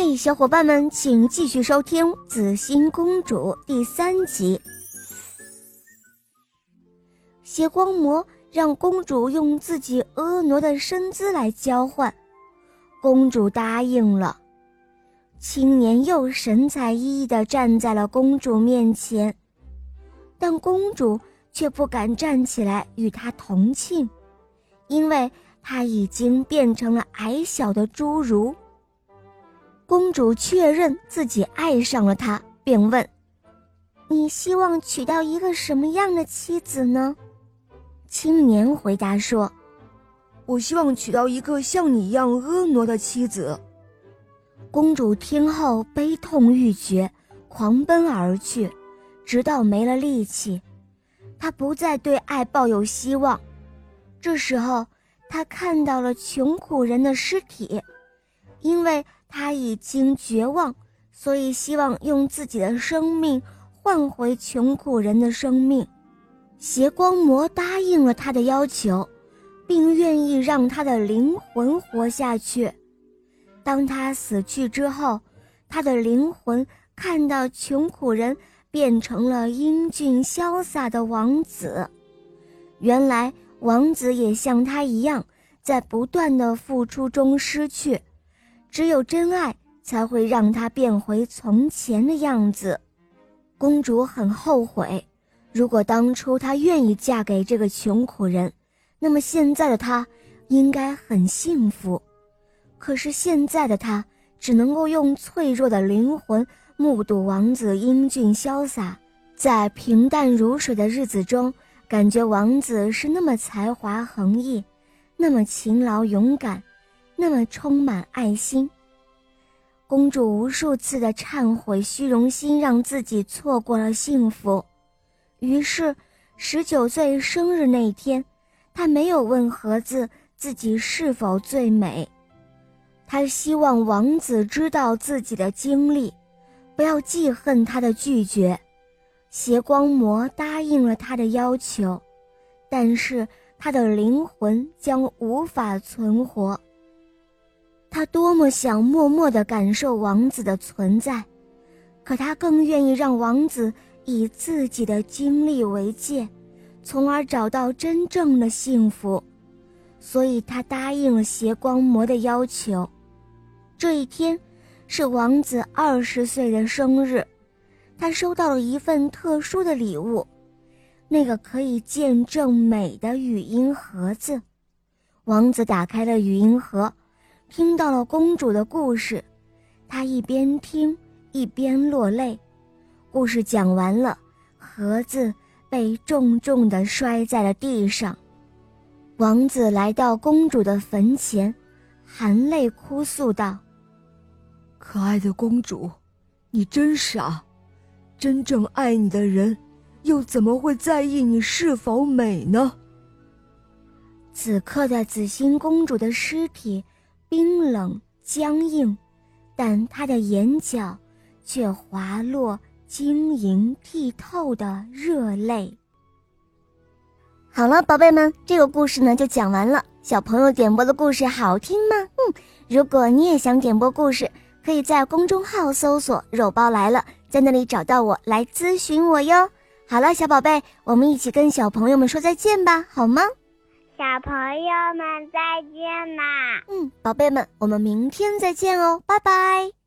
嘿，小伙伴们，请继续收听《紫心公主》第3集。邪光魔让公主用自己婀娜的身姿来交换，公主答应了。青年又神采奕奕地站在了公主面前，但公主却不敢站起来与他同庆，因为她已经变成了矮小的侏儒。公主确认自己爱上了他，便问：你希望娶到一个什么样的妻子呢？青年回答说： 我希望娶到一个像你一样婀娜的妻子。 公主听后悲痛欲绝，狂奔而去，直到没了力气。她不再对爱抱有希望。这时候她看到了穷苦人的尸体，因为她已经绝望，所以希望用自己的生命换回穷苦人的生命。邪光魔答应了他的要求，并愿意让他的灵魂活下去。当他死去之后，他的灵魂看到穷苦人变成了英俊潇洒的王子。原来王子也像他一样，在不断的付出中失去，只有真爱才会让他变回从前的样子。公主很后悔，如果当初她愿意嫁给这个穷苦人，那么现在的她应该很幸福。可是现在的她只能够用脆弱的灵魂目睹王子英俊潇洒，在平淡如水的日子中，感觉王子是那么才华横溢，那么勤劳勇敢，那么充满爱心。公主无数次的忏悔虚荣心让自己错过了幸福，于是19岁生日那天，她没有问盒子自己是否最美。她希望王子知道自己的经历，不要记恨他的拒绝。邪光魔答应了他的要求，但是他的灵魂将无法存活。他多么想默默地感受王子的存在，可他更愿意让王子以自己的经历为戒，从而找到真正的幸福。所以他答应了邪光魔的要求。这一天是王子20岁的生日，他收到了一份特殊的礼物，那个可以见证美的语音盒子。王子打开了语音盒，听到了公主的故事，他一边听一边落泪。故事讲完了，盒子被重重地摔在了地上。王子来到公主的坟前，含泪哭诉道： 可爱的公主，你真傻，真正爱你的人又怎么会在意你是否美呢？ 此刻的紫心公主的尸体冰冷僵硬，但她的眼角却滑落晶莹剔透的热泪。好了，宝贝们，这个故事呢就讲完了。小朋友点播的故事好听吗？如果你也想点播故事，可以在公众号搜索肉包来了，在那里找到我来咨询我哟。好了，小宝贝，我们一起跟小朋友们说再见吧，好吗？ 小朋友们再见啦！ 宝贝们，我们明天再见哦，拜拜。